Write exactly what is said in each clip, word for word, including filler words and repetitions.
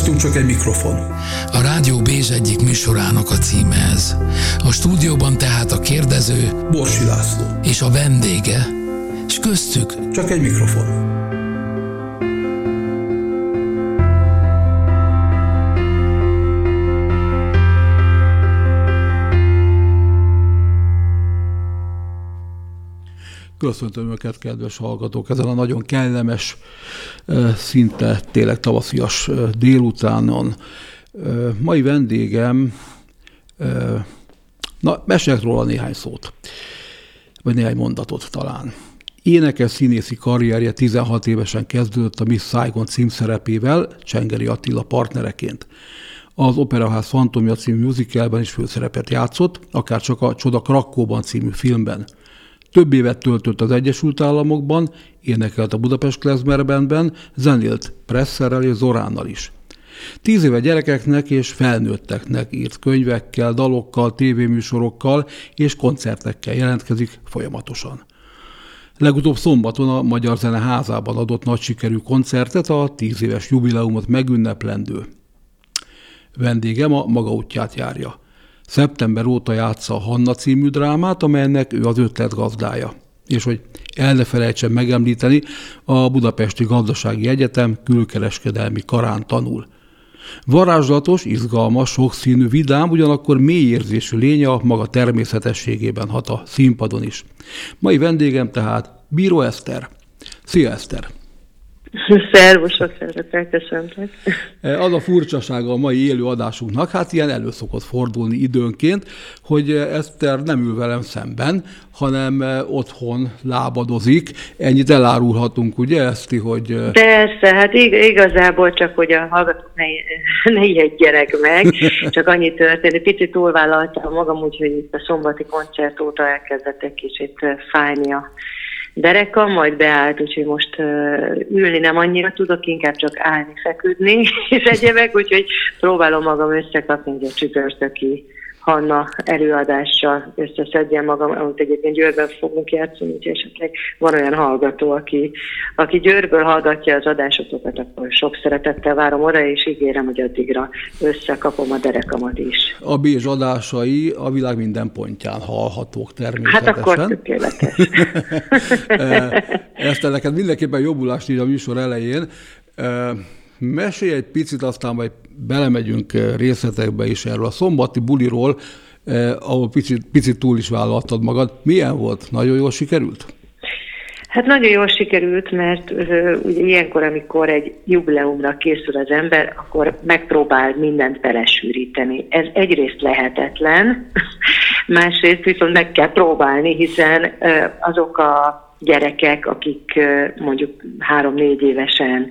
Köztünk csak egy mikrofon. A Rádió Bézs egyik műsorának a címe ez. A stúdióban tehát a kérdező Borsi László. És a vendége, és köztük csak egy mikrofon. Köszöntöm őket, kedves hallgatók, ezen a nagyon kellemes, szinte tényleg tavaszias délutánon. Mai vendégem, na, mesélek róla néhány szót, vagy néhány mondatot talán. Énekes színészi karrierje tizenhat évesen kezdődött a Miss Saigon címszerepével, Csengeri Attila partnereként. Az Operaház Fantomja című musicalben is főszerepet játszott, akárcsak a Csoda Krakkóban című filmben. Több évet töltött az Egyesült Államokban, énekelt a Budapest Klezmer Bandben, zenélt Presserrel és Zoránnal is. Tíz éve gyerekeknek és felnőtteknek írt könyvekkel, dalokkal, tévéműsorokkal és koncertekkel jelentkezik folyamatosan. Legutóbb szombaton a Magyar Zene Házában adott nagy sikerű koncertet, a tíz éves jubileumot megünneplendő. Vendégem a maga útját járja. Szeptember óta játsza a Hanna című drámát, amelynek ő az ötletgazdája. És hogy el ne felejtsen megemlíteni, a Budapesti Gazdasági Egyetem külkereskedelmi karán tanul. Varázslatos, izgalmas, sokszínű, vidám, ugyanakkor mélyérzésű lénye a maga természetességében hat a színpadon is. Mai vendégem tehát Bíró Eszter. Szia, Eszter! Szervuszok, szeretettel köszöntek. Az a furcsasága a mai élő adásunknak, hát ilyen elő szokott fordulni időnként, hogy Eszter nem ül velem szemben, hanem otthon lábadozik. Ennyit elárulhatunk, ugye, Eszti, hogy... Persze, hát igazából csak, hogy a hallgatók ne, ne ijedjenek meg, csak annyi történt. Picit túlvállaltam magam, úgyhogy itt a szombati koncert óta elkezdett egy kicsit fájni a dereka, majd beállt, úgyhogy most uh, ülni nem annyira tudok, inkább csak állni, feküdni, és egyebek, úgyhogy próbálom magam összekapni, hogy a csütörtöki Hanna előadással összeszedjem magam, amit egyébként Győrben fogunk játszani, úgyhogy esetleg van olyan hallgató, aki, aki Győrből hallgatja az adásokat, akkor sok szeretettel várom oda, és ígérem, hogy addigra összekapom a derekamat is. A Bézs adásai a világ minden pontján hallhatók természetesen. Hát akkor tökéletes. Ezt neked mindenképpen jobbulást ír a műsor elején. Mesélj egy picit, aztán majd belemegyünk részletekbe is erről a szombati buliról, eh, ahol picit, picit túl is vállaltad magad. Milyen volt? Nagyon jól sikerült? Hát nagyon jól sikerült, mert uh, ugye ilyenkor, amikor egy jubileumra készül az ember, akkor megpróbál mindent belesűríteni. Ez egyrészt lehetetlen, másrészt viszont meg kell próbálni, hiszen uh, azok a gyerekek, akik uh, mondjuk három-négy évesen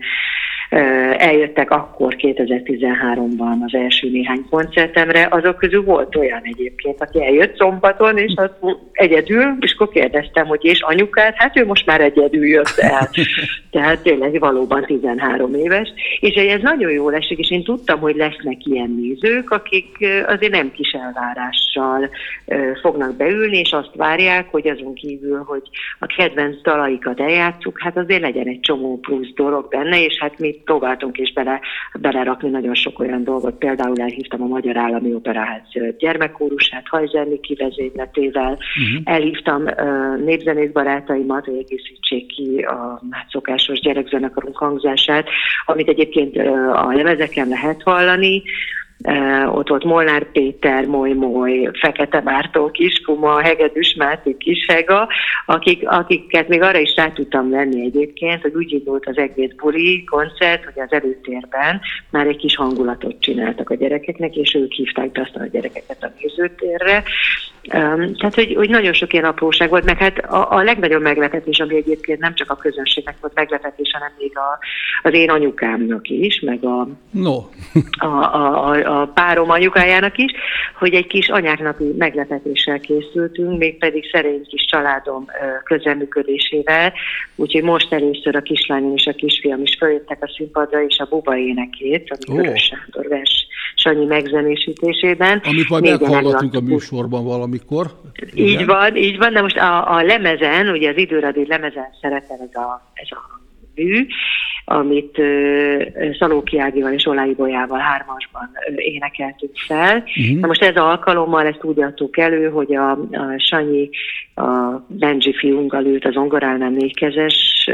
eljöttek akkor kétezer-tizenháromban az első néhány koncertemre, azok közül volt olyan egyébként, aki eljött szombaton, és azt egyedül, és akkor kérdeztem, hogy és anyukát, hát ő most már egyedül jött el. Tehát tényleg valóban tizenhárom éves. És ez nagyon jól esik, és én tudtam, hogy lesznek ilyen nézők, akik azért nem kis elvárással fognak beülni, és azt várják, hogy azon kívül, hogy a kedvenc dalaikat eljátszuk, hát azért legyen egy csomó plusz dolog benne, és hát mi próbáltunk is bele, belerakni nagyon sok olyan dolgot. Például elhívtam a Magyar Állami Operaház gyermekkórusát Hajzer Miki vezényletével, uh-huh. elhívtam uh, népzenész barátaimat, hogy egészítsék ki a hát szokásos gyerekzenekarunk hangzását, amit egyébként uh, a lemezeken lehet hallani. Uh, ott volt Molnár Péter, Moly Moly, Fekete Mártó, Kispuma, Hegedűs Máté, Kishega, akik, akiket még arra is rá tudtam venni egyébként, hogy úgy indult az egész buli koncert, hogy az előtérben már egy kis hangulatot csináltak a gyerekeknek, és ők hívták be aztán a gyerekeket a nézőtérre. Um, tehát, hogy, hogy nagyon sok ilyen apróság volt, meg hát a, a legnagyobb meglepetés, ami egyébként nem csak a közönségnek volt meglepetés, hanem még a, az én anyukámnak is, meg a, no. a, a, a a párom anyukájának is, hogy egy kis anyáknapi meglepetéssel készültünk, mégpedig szerény kis családom közreműködésével, úgyhogy most először a kislányom és a kisfiam is följöttek a színpadra, és a Buba énekét, ami Vörös Sándor vers Sanyi megzenésítésében. Amit majd meghallgatunk a műsorban valamikor. Így Igen. van, így van, de most a, a lemezen, ugye az időradíj lemezen szerepel ez a, ez a mű, amit Szalóki Ágival és Olái Bolyával hármasban énekeltünk fel. Uh-huh. Na most ez alkalommal ezt úgy adtuk elő, hogy a, a Sanyi, a Benji fiunkkal ült az zongoránál négykezes,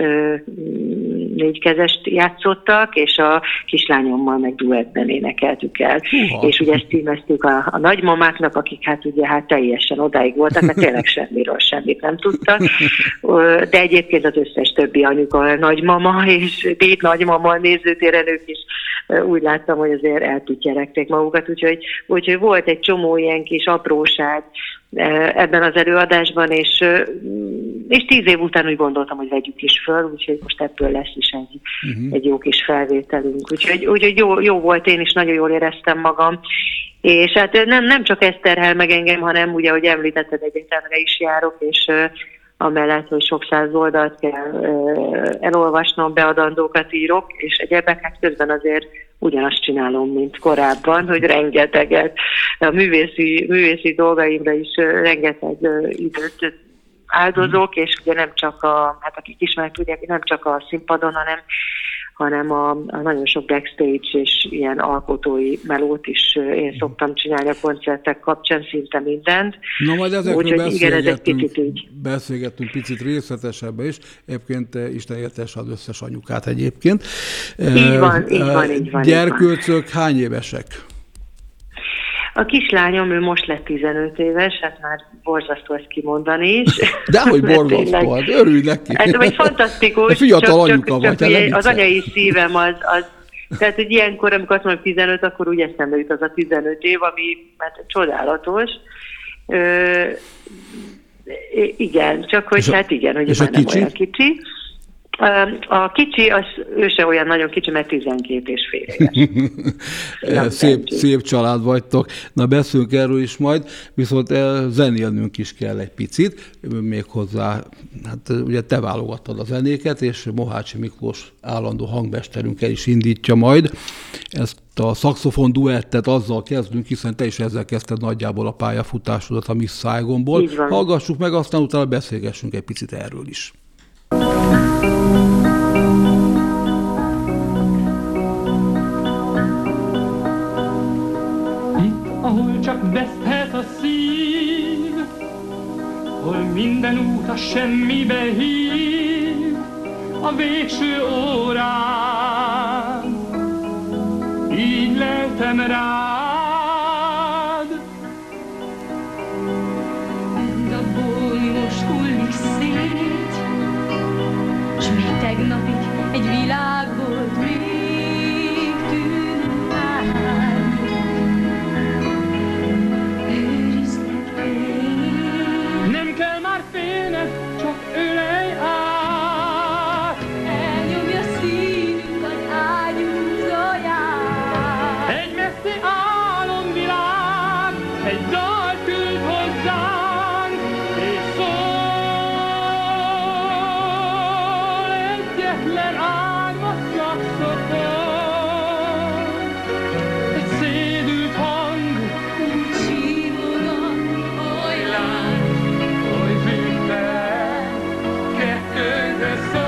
négykezest játszottak, és a kislányommal meg duettben énekeltük el. Uh-huh. És ugye ezt címeztük a, a nagymamáknak, akik hát ugye hát teljesen odáig voltak, mert tényleg semmiről semmit nem tudtak. De egyébként az összes többi anyuka, nagymama és két nagymama nézőtéren ők is úgy láttam, hogy azért eltütyeregték magukat, úgyhogy, úgyhogy volt egy csomó ilyen kis apróság ebben az előadásban, és, és tíz év után úgy gondoltam, hogy vegyük is föl, úgyhogy most ebből lesz is egy, uh-huh. egy jó kis felvételünk. Úgyhogy, úgyhogy jó, jó volt, én is nagyon jól éreztem magam. És hát nem, nem csak ez terhel meg engem, hanem ugye, ahogy említetted, egyetemre is járok, és amellett, hogy sok száz oldalt kell elolvasnom, beadandókat írok, és egyebek, hát közben azért ugyanazt csinálom, mint korábban, hogy rengeteget, a művészi, művészi dolgaimra is rengeteg időt áldozok, és ugye nem csak a, hát akik ismernek, tudják, nem csak a színpadon, hanem hanem a, a nagyon sok backstage és ilyen alkotói melót is én szoktam csinálni a koncertek kapcsán, szinte mindent. Na majd ezekről Úgy, beszélgettünk, beszélgettünk picit részletesebben is. Egyébként Isten éltesse az összes anyukát egyébként. Így van, így van, így van. Gyerkőcök hány évesek? A kislányom, ő most lett tizenöt éves, hát már borzasztó ezt kimondani is. Dehogy borzasztó, hát örülj neki. Hát, vagy fantasztikus. Fiatal csak, anyuka csak, vagy. csak az anyai szívem az, az, tehát, hogy ilyenkor, amikor azt mondom tizenöt, akkor úgy eszembe jut az a tizenöt év, ami hát csodálatos. Ö, igen, csak hogy a, hát igen, hogy már nem olyan kicsi. A kicsi, az, ő se olyan nagyon kicsi, mert tizenkét és fél éves. szép, szép család vagytok. Na beszélünk erről is majd, viszont zenélnünk is kell egy picit, méghozzá, hát ugye te válogattad a zenéket, és Mohácsi Miklós állandó hangmesterünk el is indítja majd. Ezt a szaxofon duettet azzal kezdünk, hiszen te is ezzel kezdted nagyjából a pályafutásodat a Miss Saigonból. Hallgassuk meg, aztán utána beszélgessünk egy picit erről is. Itt, ahol csak veszthet a szív, hol minden út a semmibe hív, a végső órán így leltem rád. A boly most hullik szét, s még tegnapig egy világ volt, még tűnő árnyék. Őrizlek én. Nem kell már félned, csak ölej át. Elnyomja szívünk az ágyúzóját. Egy messzi álomvilág, egy dal küld hozzánk, és szól egyetlen árva szaxofon. Egy szédült hang, Úgy sívogat, oly láng, oly végtelen, kettőnkre szól.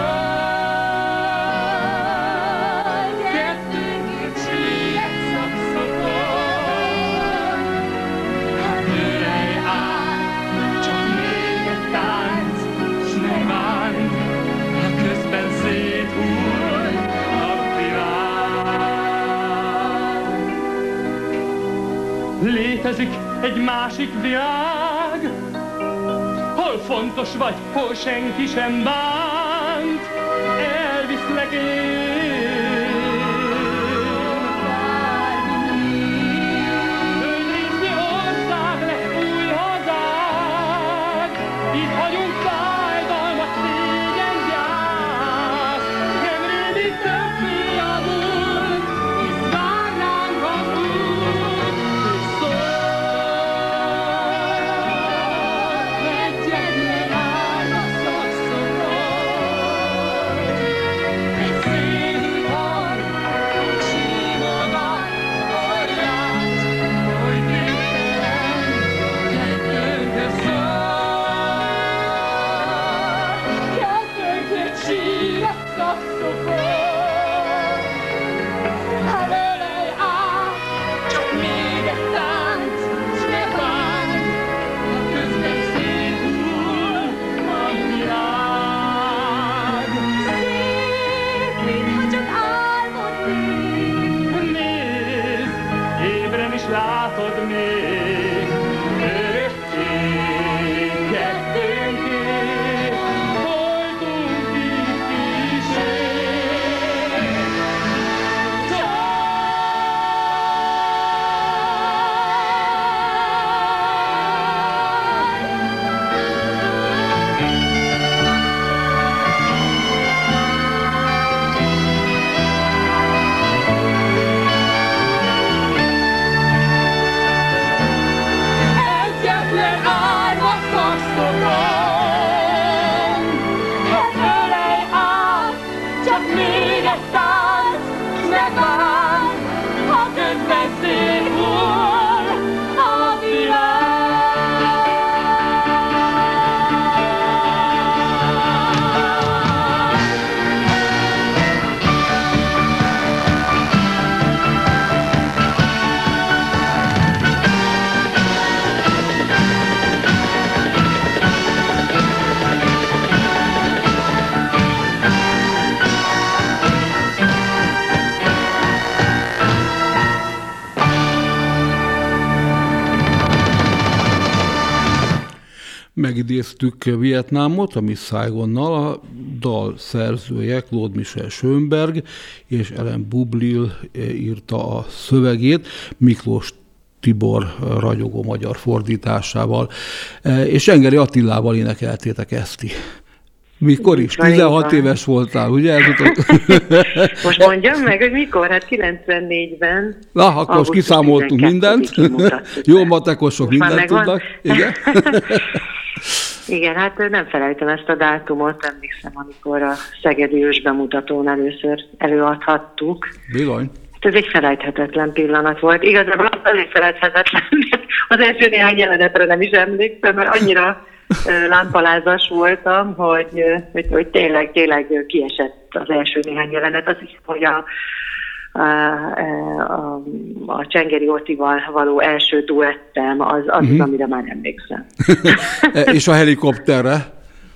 kettőnk kicsi egy Szaxofon, hát ölej át, csak még egy tánc, s ne bánt, ha közben széthull a világ. Létezik egy másik világ, hol fontos vagy, hol senki sem bánt, elviszlek én. Földrésznyi ország lesz új hazád, itt hagyunk fájdalmat, szégyen gyász. Nem rémlik többé a múlt, hisz vár ránk az út, és szól egyetlen árva szaxofon. harcokon. Hát ölelj át, csak még egy tánc, s ne bánj, ha közben széthull a világ. Szép, mintha csak álmodnék. Nézd, ébren is látod még, örökké kettőnké, voltunk itt kísér. Egyetlen árva kasztokon, hát ölelj át, csak még egy tánc, ne bánj, ha közben széthull a Megidéztük Vietnámot, a Miss Saigonnal, a dal szerzője Claude Michel Schönberg és Ellen Bublil írta a szövegét, Miklós Tibor ragyogó magyar fordításával, és Csengeri Attilával énekeltétek ezt. Mikor is? tizenhat éves voltál, ugye? Most mondjam meg, hogy mikor? Hát kilencvennégyben. Na, akkor most kiszámoltunk mindent. Jó matekosok mindent tudnak. Igen? Igen, hát nem felejtem ezt a dátumot, emlékszem, amikor a Szegedi ősbemutatón először előadhattuk. Bizony. Hát ez egy felejthetetlen pillanat volt. Igazából azért felejthetetlen, mert az első néhány jelenetre nem is emlékszem, mert annyira lámpalázas voltam, hogy, hogy, hogy tényleg, tényleg kiesett az első néhány jelenet. Azt hiszem, hogy a, a, a, a Csengeri Ottival való első duettem az az, uh-huh. amire már emlékszem. És a helikopterre?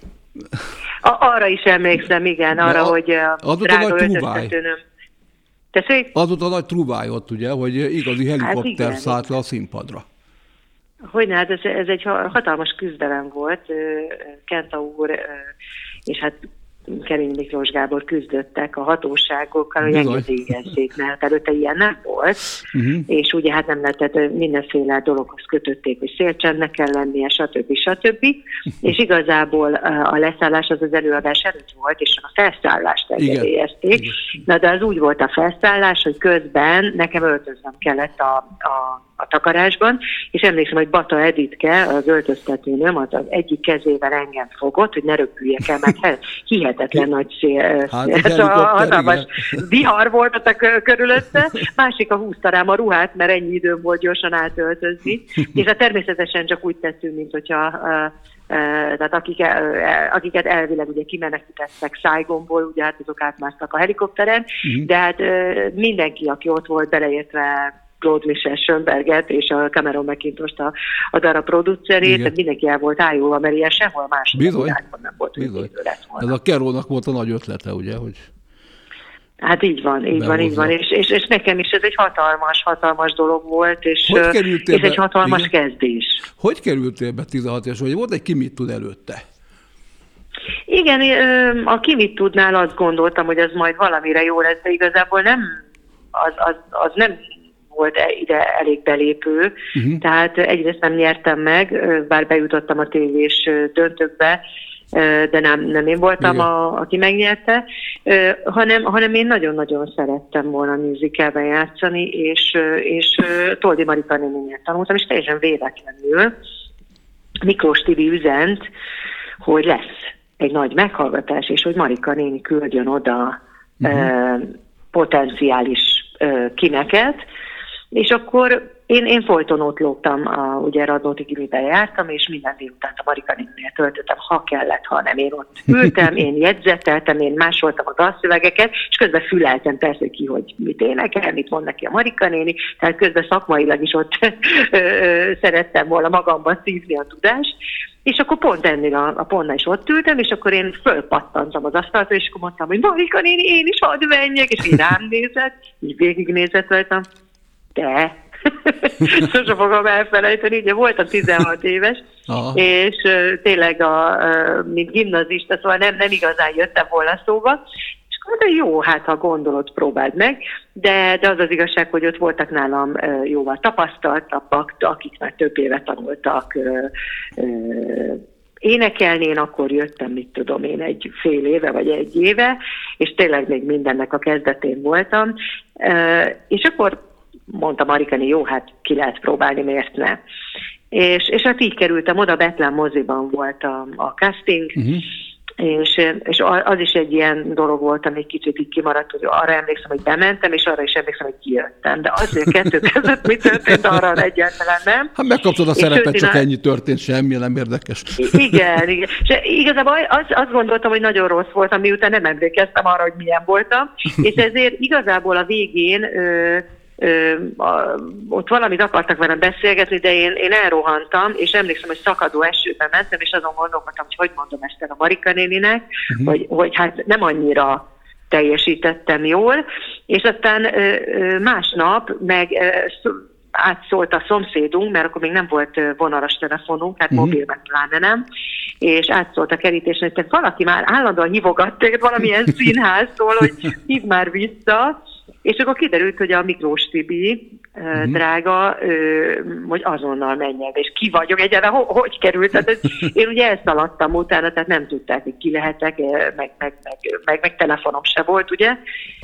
A, arra is emlékszem, igen, arra, a, hogy a drága öltöztetőnöm. Tessék? Az volt a nagy trúvály ott, ugye, hogy igazi helikopter hát szállt le a színpadra. Hogyne, hát ez, ez egy hatalmas küzdelem volt. Kenta úr és hát Kemény Miklós Gábor küzdöttek a hatóságokkal, hogy engedélyezzék, mert előtte ilyen nem volt, uh-huh. és ugye hát nem lehetett, mindenféle dologhoz kötötték, hogy szélcsendnek kell lennie, stb. stb. És igazából a leszállás az az előadás előtt volt, és a felszállást engedélyezték. Igen. Na de az úgy volt a felszállás, hogy közben nekem öltöznem kellett a, a a takarásban, és emlékszem, hogy Bata Editke, az öltöztetőnöm, az, az egyik kezével engem fogott, hogy ne röpüljek el, mert hihetetlen nagy szél, hát, ez a hatalmas vihar volt ott a körülötte, másik a húzta rám a ruhát, mert ennyi időm volt gyorsan átöltözni, és a természetesen csak úgy tettünk, mint hogyha tehát akik, akiket elvileg ugye kimenekítettek Saigonból, ugye hát azok átmásztak a helikopteren, uh-huh. de hát mindenki, aki ott volt, beleértve Claude Michel Schönberget és a Cameron McIntosh-t a, a darab producerét, tehát mindenki el volt ájulva, mert ilyen sehol máshol a világban nem volt, hogy lett volna. Ez a Kerónak volt a nagy ötlete, ugye, hogy... Hát így van, így behozza. van, így van, és, és, és nekem is ez egy hatalmas, hatalmas dolog volt, és, és egy hatalmas igen? kezdés. Hogy kerültél be tizenhat éves, vagy volt egy Ki mit tud előtte? Igen, a Ki mit tudnál azt gondoltam, hogy az majd valamire jó lesz, de igazából nem, az, az, az nem volt ide elég belépő, uh-huh. tehát egyrészt nem nyertem meg, bár bejutottam a tévés döntőkbe, de nem, nem én voltam, a, aki megnyerte, hanem, hanem én nagyon-nagyon szerettem volna musicalben játszani, és, és Toldi Marika néninél tanultam, és teljesen véletlenül Miklós Tibi üzent, hogy lesz egy nagy meghallgatás, és hogy Marika néni küldjön oda uh-huh. potenciális kineket, És akkor én, én folyton ott lógtam, a, ugye Radnóti Gimiben jártam, és minden délután a Marika néninél töltöttem, ha kellett, ha nem. Én ott ültem, én jegyzeteltem, én másoltam a dalszövegeket, és közben füleltem persze, hogy ki, hogy mit énekel, mit mond neki a Marika néni, tehát közben szakmailag is ott szerettem volna magamban szívni a tudást. És akkor pont ennél a, a pontnál is ott ültem, és akkor én fölpattantam az asztalra, és akkor mondtam, hogy Marika néni, én is hadd menjek, és így rám nézett, így végignézett rajtam. De, sose fogom elfelejteni, ugye voltam tizenhat éves, aha, és uh, tényleg a, uh, mint gimnazista, szóval nem, nem igazán jöttem volna szóba, és akkor mondta, jó, hát ha gondolod, próbáld meg, de, de az az igazság, hogy ott voltak nálam uh, jóval tapasztaltabbak, akik már több éve tanultak uh, uh, énekelni, én akkor jöttem, mit tudom én, egy fél éve vagy egy éve, és tényleg még mindennek a kezdetén voltam, uh, és akkor mondta Marikani, jó, hát ki lehet próbálni, miért ne. És, és hát így kerültem oda, Betlen moziban volt a, a casting, uh-huh. és, és az is egy ilyen dolog volt, ami kicsit így kimaradt, hogy arra emlékszem, hogy bementem, és arra is emlékszem, hogy kijöttem. De azért kettő között mi történt, arra egyáltalán nem. Hát megkaptad a és szerepet, csak a... ennyi történt, semmi nem érdekes. Igen, igen. És igazából az, azt gondoltam, hogy nagyon rossz voltam, miután nem emlékeztem arra, hogy milyen voltam, és ezért igazából a végén... Ö, Ö, a, ott valamit akartak velem beszélgetni, de én, én elrohantam, és emlékszem, hogy szakadó esőben mentem, és azon gondolkodtam, hogy hogy mondom ezt el a Marika néninek, uh-huh. hogy, hogy hát nem annyira teljesítettem jól, és aztán ö, ö, másnap meg ö, átszólt a szomszédunk, mert akkor még nem volt vonalas telefonunk, hát uh-huh. mobil meg pláne nem, és átszólt a kerítésen, hogy valaki már állandóan hívogat téged valamilyen színháztól, hogy hív már vissza, és akkor kiderült, hogy a Miklós Tibi, uh-huh. drága, hogy azonnal menjen, és ki vagyok, egyáltalán ho- hogy került. Tehát ez, én ugye elszaladtam utána, tehát nem tudták, hogy ki lehetek, meg, meg, meg, meg, meg telefonom se volt, ugye.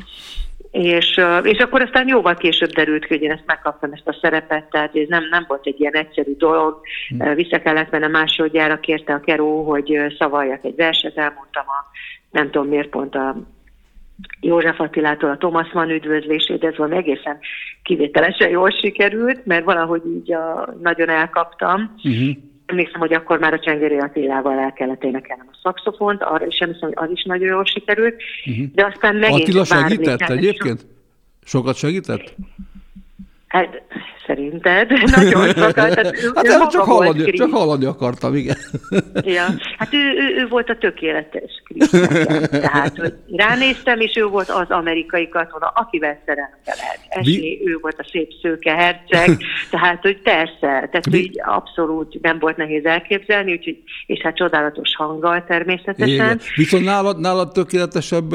És, és akkor aztán jóval később derült, hogy én ezt megkaptam, ezt a szerepet, tehát ez nem, nem volt egy ilyen egyszerű dolog. Uh-huh. Vissza kellett mennem másodjára, kérte a Keró, hogy szavaljak egy verset, elmondtam a, nem tudom miért pont a József Attilától a Thomas Mann üdvözlését, ez valami egészen kivételesen jól sikerült, mert valahogy így a, nagyon elkaptam. Uh-huh. Emlékszem, hogy akkor már a Csengeri Attilával el kellett énekelnem a szaxofont, arra is emlékszem, hogy az is nagyon jól sikerült, uh-huh. de aztán megint Attila segített egyébként? Sokat segített? Hát szerinted nagyon sokat. Tehát ő, hát ő csak, hallani, csak hallani akartam, igen. Ja, hát ő, ő, ő volt a tökéletes Krisz. Tehát, hogy ránéztem, és ő volt az amerikai katona, akivel szerelembe lehet esni. Vi... Ő volt a szép szőke herceg, tehát, hogy persze, tehát Vi... így abszolút nem volt nehéz elképzelni, úgyhogy, és hát csodálatos hanggal természetesen. Igen. Viszont nálad, nálad tökéletesebb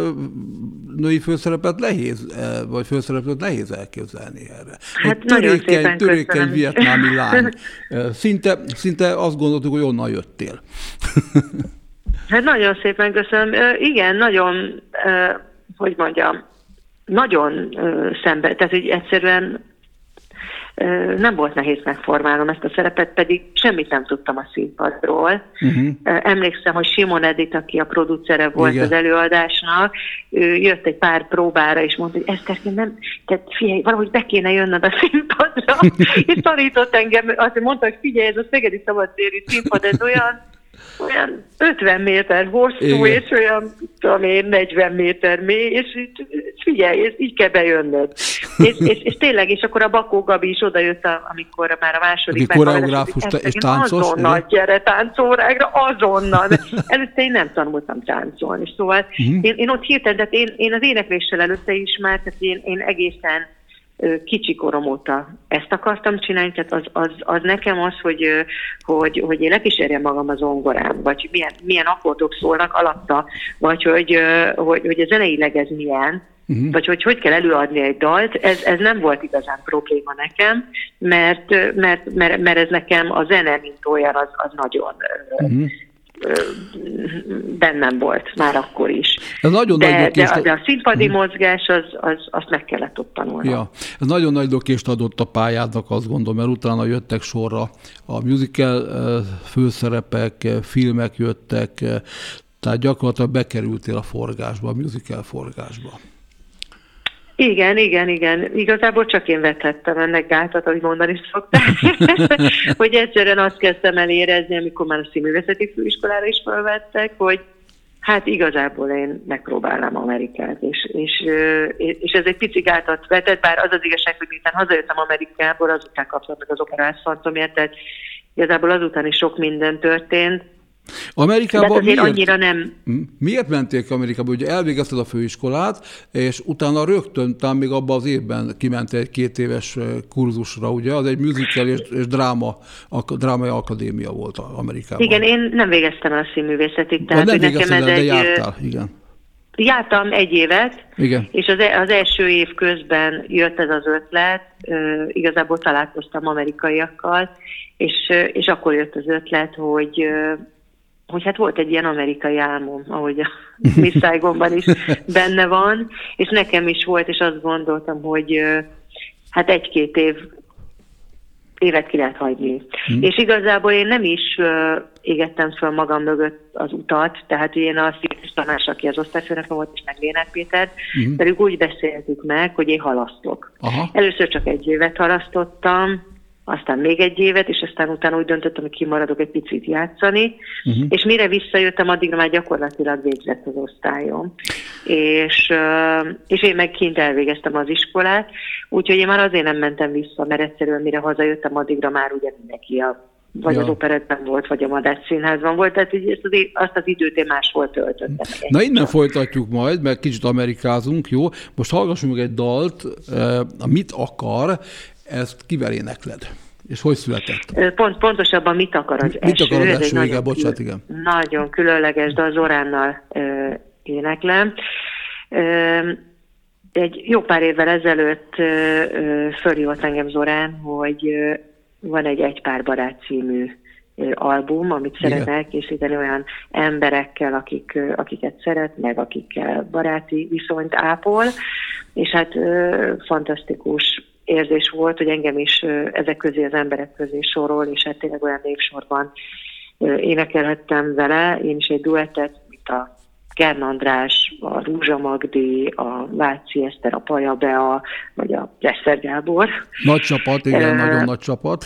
női főszerepet nehéz, vagy főszerepet nehéz elképzelni erre. Hát törékeny, törékeny vietnámi lány. Szinte, szinte azt gondoltuk, hogy onnan jöttél. Hát nagyon szépen köszönöm. Igen, nagyon, hogy mondjam, nagyon szembe, tehát hogy egyszerűen nem volt nehéz megformálnom ezt a szerepet, pedig semmit nem tudtam a színpadról. Uh-huh. Emlékszem, hogy Simon Edith, aki a producere volt Igen. az előadásnak, ő jött egy pár próbára, és mondta, hogy Eszterkén, nem, tehát figyelj, valahogy be kéne jönnöd a színpadra, és tanított engem, azt mondta, hogy figyelj, ez a Szegedi Szabadtéri színpad, ez olyan, olyan ötven méter hosszú, Igen. és olyan, tudom én, negyven méter mély, és figyelj, és így kell bejönnöd. és, és, és tényleg, és akkor a Bakó Gabi is odajött, amikor már a második koreográfus és táncos. Azonnal igen? gyere táncórákra, azonnal. Előtte én nem tanultam táncolni, szóval uh-huh. én, én ott hirtelen, de én, én az énekléssel előtte is már, tehát én, én egészen kicsi korom óta ezt akartam csinálni, tehát az, az, az nekem az, hogy, hogy, hogy én lekísérjem magam a zongorán, vagy milyen, milyen akkordok szólnak alatta, vagy hogy, hogy, hogy a zeneileg ez milyen, uh-huh. vagy hogy hogy kell előadni egy dalt, ez, ez nem volt igazán probléma nekem, mert, mert, mert, mert ez nekem a zene, mint olyan, az, az nagyon... Uh-huh. bennem volt már akkor is. Ez nagyon de, nagy de, de a színpadi uh-huh. mozgás, az, az, azt meg kellett ott tanulni. Ja. Ez nagyon nagy lökést adott a pályádnak, azt gondolom, mert utána jöttek sorra a musical főszerepek, filmek jöttek, tehát gyakorlatilag bekerültél a forgásba, a musical forgásba. Igen, igen, igen. Igazából csak én vethettem ennek gátat, ahogy mondani szokták, hogy egyszerűen azt kezdtem el érezni, amikor már a színművészeti főiskolára is felvettek, hogy hát igazából én megpróbálnám Amerikát, és, és, és ez egy pici gátat vetett, bár az az igazság, hogy miután hazajöttem Amerikából, azután kaptam meg az operás fantomját, tehát igazából azután is sok minden történt. Amerikában miért, annyira nem... miért menték Amerikába? Ugye elvégezted a főiskolát, és utána rögtön, talán még abban az évben kimentél egy két éves kurzusra, ugye? Az egy musical és, és dráma, a, drámai akadémia volt Amerikában. Igen, én nem végeztem el a színművészetig. Tehát, nem végezted el, de egy, jártál, igen. Jártam egy évet, igen. És az, az első év közben jött ez az ötlet, uh, igazából találkoztam amerikaiakkal, és, uh, és akkor jött az ötlet, hogy... Uh, hogy hát volt egy ilyen amerikai álmom, ahogy a Miss Saigonban is benne van, és nekem is volt, és azt gondoltam, hogy hát egy-két év évet ki lehet hagyni. Hmm. És igazából én nem is uh, égettem föl magam mögött az utat, tehát én a színészi tanás, aki az osztályfőnököm volt, és meg Lénár Péter, hmm. pedig úgy beszéltük meg, hogy én halasztok. Aha. Először csak egy évet halasztottam, aztán még egy évet, és aztán utána úgy döntöttem, hogy kimaradok egy picit játszani, uh-huh. és mire visszajöttem, addigra már gyakorlatilag végzett az osztályom. És, és én meg kint elvégeztem az iskolát, úgyhogy én már azért nem mentem vissza, mert egyszerűen mire hazajöttem, addigra már ugye mindenki a, vagy ja. az operettben volt, vagy a Madách Színházban volt, tehát így azt, az, azt az időt én máshol töltöttem. Na innen csak folytatjuk majd, mert kicsit amerikázunk, jó? Most hallgassunk meg egy dalt, a Mit akar, ezt kivel énekled? És hogy született? Pont, pontosabban Mit akar az Mit eső? akar az eső, igen, bocsánat, igen. Nagyon különleges, de az Zoránnal ö, éneklem. Ö, egy jó pár évvel ezelőtt ö, ö, fölhívott engem Zorán, hogy ö, van egy Egy pár barát című ö, album, amit szeretne igen. elkészíteni olyan emberekkel, akik, ö, akiket szeret, meg akikkel baráti viszonyt ápol, és hát ö, fantasztikus érzés volt, hogy engem is ezek közé, az emberek közé sorol, és hát tényleg olyan névsorban énekelhettem vele. Én is egy duettet, mint a Kern András, a Rúzsa Magdi, a Váci Eszter, a Paja Bea, vagy a Plesser Gábor. Nagy csapat, igen, uh, nagyon nagy csapat.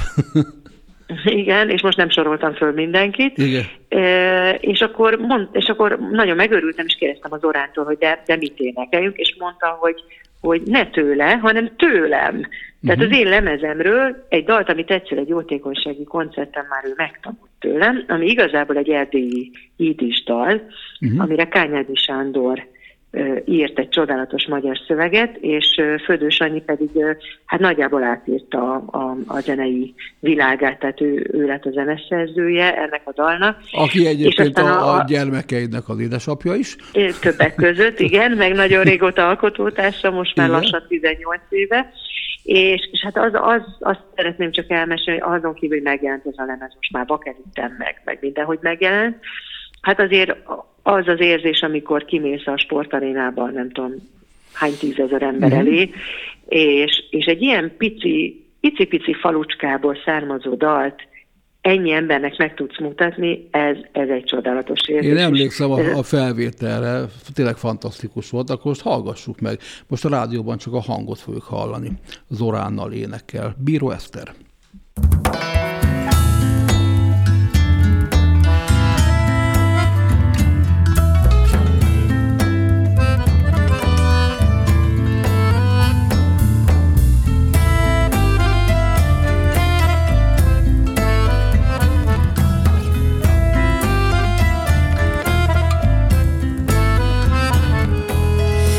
Igen, és most nem soroltam föl mindenkit. Igen. E, és, akkor mond, és akkor nagyon megörültem, és kérdeztem az Orántól, hogy de, de mit énekeljünk, és mondta, hogy hogy ne tőle, hanem tőlem. Tehát uh-huh. az én lemezemről egy dalt, amit egyszer egy jótékonysági koncerten már ő megtanult tőlem, ami igazából egy erdélyi ídis dal, uh-huh. amire Kányádi Sándor uh, írt egy csodálatos magyar szöveget, és uh, Födős Annyi pedig uh, hát nagyjából átírta a, a, a zenei világát, tehát ő, ő lett a zeneszerzője ennek a dalnak. Aki egyébként a, a gyermekeidnek az édesapja is. Többek között, igen, meg nagyon régóta alkotótársa, most már igen. lassan tizennyolc éve. És, és hát az, az, azt szeretném csak elmesélni, hogy azon kívül, hogy megjelent ez a lemez, most már bakelitten meg, meg mindenhogy megjelent. Hát azért az az érzés, amikor kimész a sportarénában, nem tudom, hány tízezer ember elé, uh-huh. és, és egy ilyen pici, pici-pici falucskából származó dalt ennyi embernek meg tudsz mutatni, ez, ez egy csodálatos érzés. Én emlékszem a, a felvételre, tényleg fantasztikus volt, akkor most hallgassuk meg. Most a rádióban csak a hangot fogjuk hallani. Zoránnal énekel. Bíró Eszter.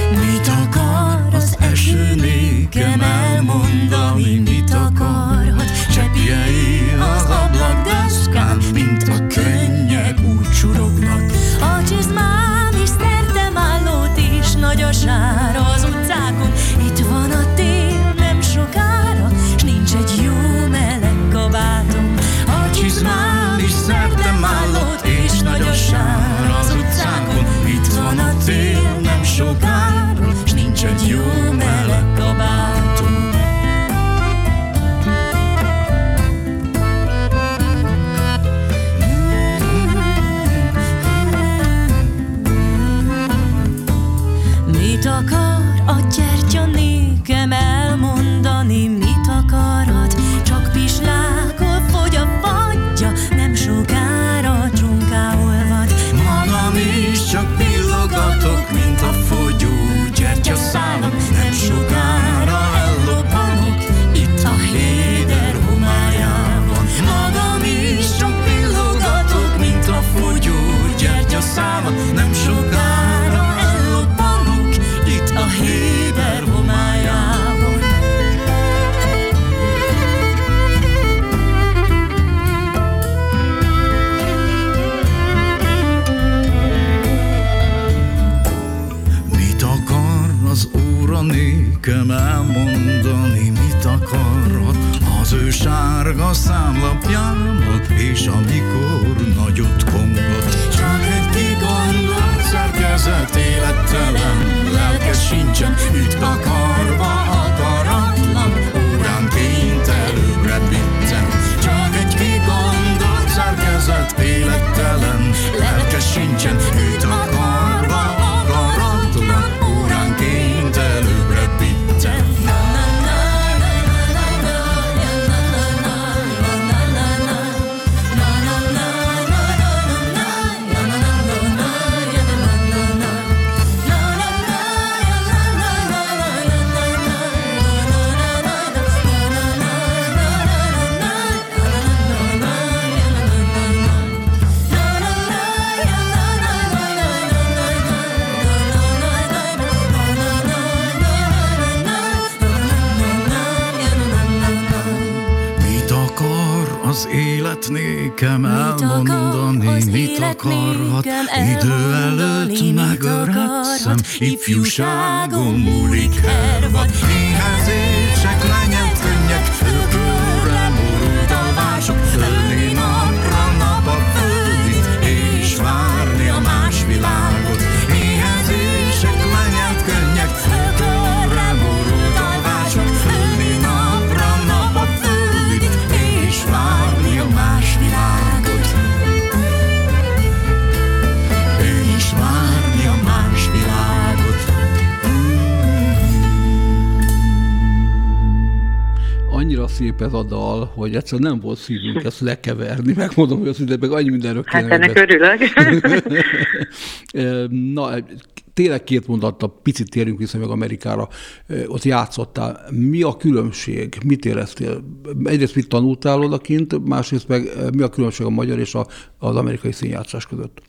Elmondani, mit akar, hadd a számat, nem sokára ellobbanok itt a héber homályában. Mit akar az óra nékem elmondani, mit akarhat az ő sárga számlapjával, és amikor nagyot kongat, csak egy kigondolt szerkezet, élettelen, lelke sincsen, üt akarva, akaratlan, óránként előbbre bitten. Csak egy kigondolt szerkezet, élettelen, lelke sincsen, üt akarva, akaratlan, óránként előbbre bitten. Az élet nékem elmondani, mit akarhat, idő előtt megöregszem, ifjúságom múlik hervad. Éhezések, lenyelt könnyek, ökölre morult alvások, ölni napra nap a földit, és várni a más világot. Éhezések, lenyelt könnyek, ökölre morult alvások, ölni napra nap a földit, és várni a más világot. És várni a más világot. Annyira szép ez a dal, hogy egyszerűen nem volt szívünk ezt lekeverni, megmondom, hogy az ide, meg annyi mindenről kéne. Hát ennek örülök. Na, tényleg két mondattal picit térjünk vissza meg Amerikára. Ott játszottál. Mi a különbség? Mit éreztél? Egyrészt mit tanultál odakint, másrészt meg mi a különbség a magyar és a, az amerikai színjátszás között?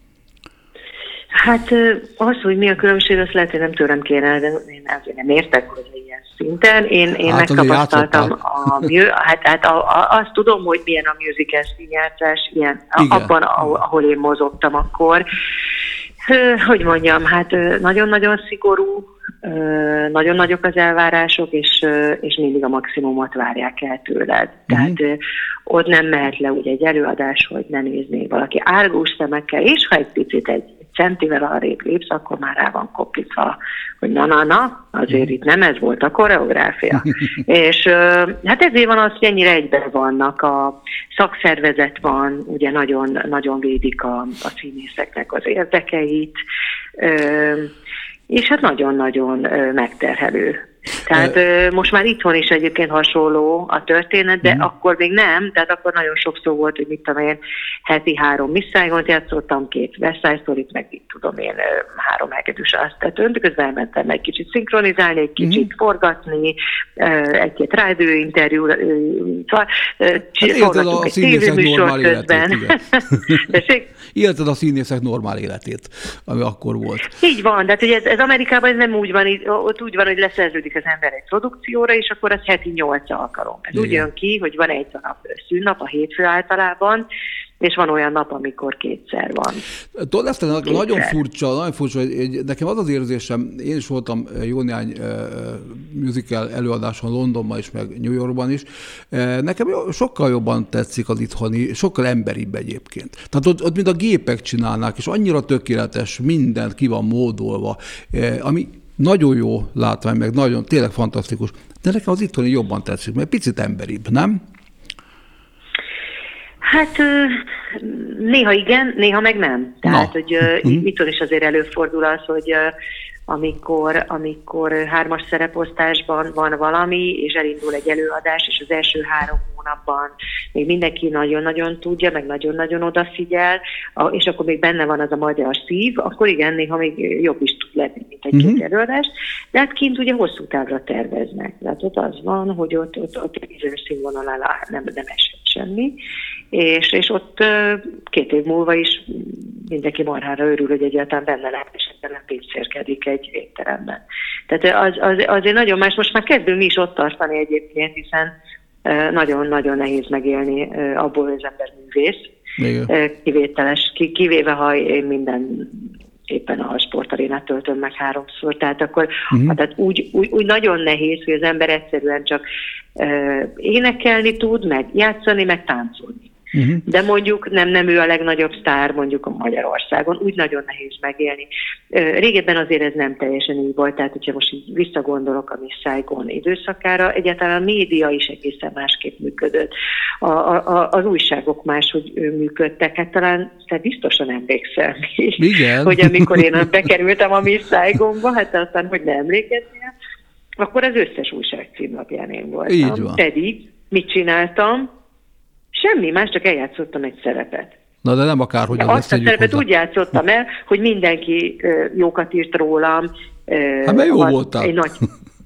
Hát az, hogy mi a különbség, azt lehet, hogy nem tőlem kéne, de én azért nem értek hozzá ilyen szinten. Én, én hát megtapasztaltam a, hát, hát a, a, azt tudom, hogy milyen a musical színjátszás, ilyen, abban, ahol én mozogtam akkor. Hogy mondjam, hát nagyon-nagyon szigorú, nagyon nagyok az elvárások, és, és mindig a maximumot várják el tőled. Tehát uh-huh. ott nem mehet le ugye egy előadás, hogy ne nézné valaki árgós szemekkel, és ha egy picit egy centivel arrébb lépsz, akkor már rá van kopítva, hogy na-na-na, azért itt nem ez volt a koreográfia. És hát ezért van az, hogy ennyire egyben vannak, a szakszervezet van, ugye nagyon, nagyon védik a, a színészeknek az érdekeit, és hát nagyon-nagyon megterhelő. Tehát ö, most már itthon is egyébként hasonló a történet, de mm. akkor még nem, tehát akkor nagyon sok szó volt, hogy mit tudom én, heti három Miss Saigont játszottam, két West Side Storyt, meg itt tudom én három hegedűs aztetőnt, közben elmentem egy kicsit szinkronizálni, egy kicsit mm. forgatni, egy-két rádió interjú, forgatunk egy tévéműsor közben. Élted a színészek normál életét, ami akkor volt. Így van, de hát, ez, ez Amerikában ez nem úgy van, ott úgy van, hogy leszerződik az ember egy produkcióra, és akkor az heti nyolc alkalom. Ez úgy jön ki, hogy van egy nap szünnap, a hétfő általában, és van olyan nap, amikor kétszer van. Tudod, ezt nagyon furcsa, nagyon furcsa, hogy nekem az az érzésem, én is voltam jó néhány uh, musical előadáson Londonban is, meg New Yorkban is, uh, nekem sokkal jobban tetszik az itthoni, sokkal emberibb egyébként. Tehát ott, ott mind a gépek csinálnák, és annyira tökéletes, mindent ki van módolva, uh, ami nagyon jó látvány, meg nagyon, tényleg fantasztikus. De nekem az itthoni jobban tetszik, mert picit emberibb, nem? Hát néha igen, néha meg nem. Tehát, Na. hogy uh, itthon is azért előfordul az, hogy uh, amikor, amikor hármas szereposztásban van valami, és elindul egy előadás, és az első három hónapban még mindenki nagyon-nagyon tudja, meg nagyon-nagyon odafigyel, és akkor még benne van az a magyar szív, akkor igen, néha még jobb is tud lenni, mint egy uh-huh. két előadás. De hát kint ugye hosszú távra terveznek. Tehát ott az van, hogy ott, ott, ott bizonyos színvonalán nem, nem esett semmi, és, és ott két év múlva is mindenki marhára örül, hogy egyáltalán benne lehet, és ebben nem pincérkedik egy étteremben. Tehát az, az, azért nagyon más, most már kezdünk mi is ott tartani egyébként, hiszen nagyon-nagyon nehéz megélni abból, hogy az ember művész. Igen. Kivételes, kivéve ha én minden éppen a sportarénát töltöm meg háromszor, tehát akkor uh-huh. tehát úgy, úgy, úgy nagyon nehéz, hogy az ember egyszerűen csak uh, énekelni tud, meg játszani, meg táncolni. Uh-huh. De mondjuk nem, nem ő a legnagyobb sztár mondjuk a Magyarországon, úgy nagyon nehéz megélni. Uh, régebben azért ez nem teljesen így volt, tehát hogyha most így visszagondolok a Miss Saigon időszakára, egyáltalán a média is egészen másképp működött. A, a, az újságok máshogy működtek, hát talán te biztosan emlékszel még, hogy amikor én bekerültem a Miss Saigonba, hát aztán, hogy ne emlékeznél, akkor az összes újság címlapján én voltam. Pedig mit csináltam? Semmi más, csak eljátszottam egy szerepet. Na de nem akárhogyan. Azt a szerepet hozzá. Úgy játszottam el, hogy mindenki uh, jókat írt rólam. Uh, hát mert jó voltál. Egy nagy...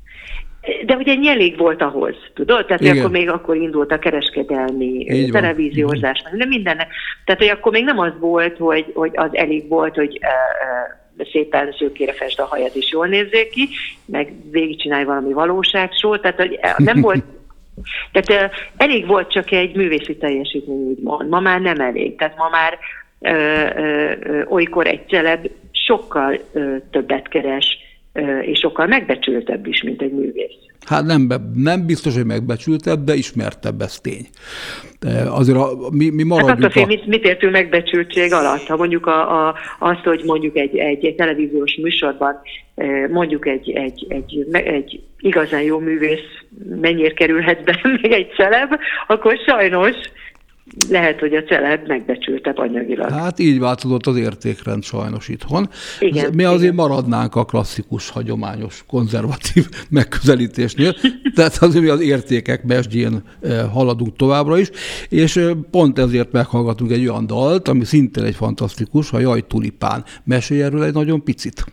De ugye ennyi elég volt ahhoz, tudod? Tehát akkor még akkor indult a kereskedelmi így televíziózás, van. De mindennek. Tehát hogy akkor még nem az volt, hogy, hogy az elég volt, hogy uh, uh, szépen szőkére fest a hajad és jól nézzék ki, meg végigcsinálj valami valóságsót. Tehát hogy nem volt. Tehát uh, elég volt csak egy művészi teljesítmény, úgymond. Ma már nem elég. Tehát ma már uh, uh, olykor egy celeb sokkal uh, többet keres, uh, és sokkal megbecsültebb is, mint egy művész. Hát nem, nem biztos, hogy megbecsültebb, de ismertebb, ez tény. De azért a, mi, mi maradjunk... Hát attól fél, mit, mit értünk megbecsültség alatt? Ha mondjuk a, a, azt, hogy mondjuk egy, egy, egy televíziós műsorban mondjuk egy, egy, egy, egy igazán jó művész mennyire kerülhet be még egy celeb, akkor sajnos lehet, hogy a celeb megbecsültebb anyagilag. Hát így változott az értékrend sajnos itthon. Igen, Mi azért igen. maradnánk a klasszikus, hagyományos, konzervatív megközelítésnél, tehát azért mi az értékek mesdjén haladunk továbbra is, és pont ezért meghallgatunk egy olyan dalt, ami szintén egy fantasztikus, a Jaj tulipán. Mesélj erről egy nagyon picit.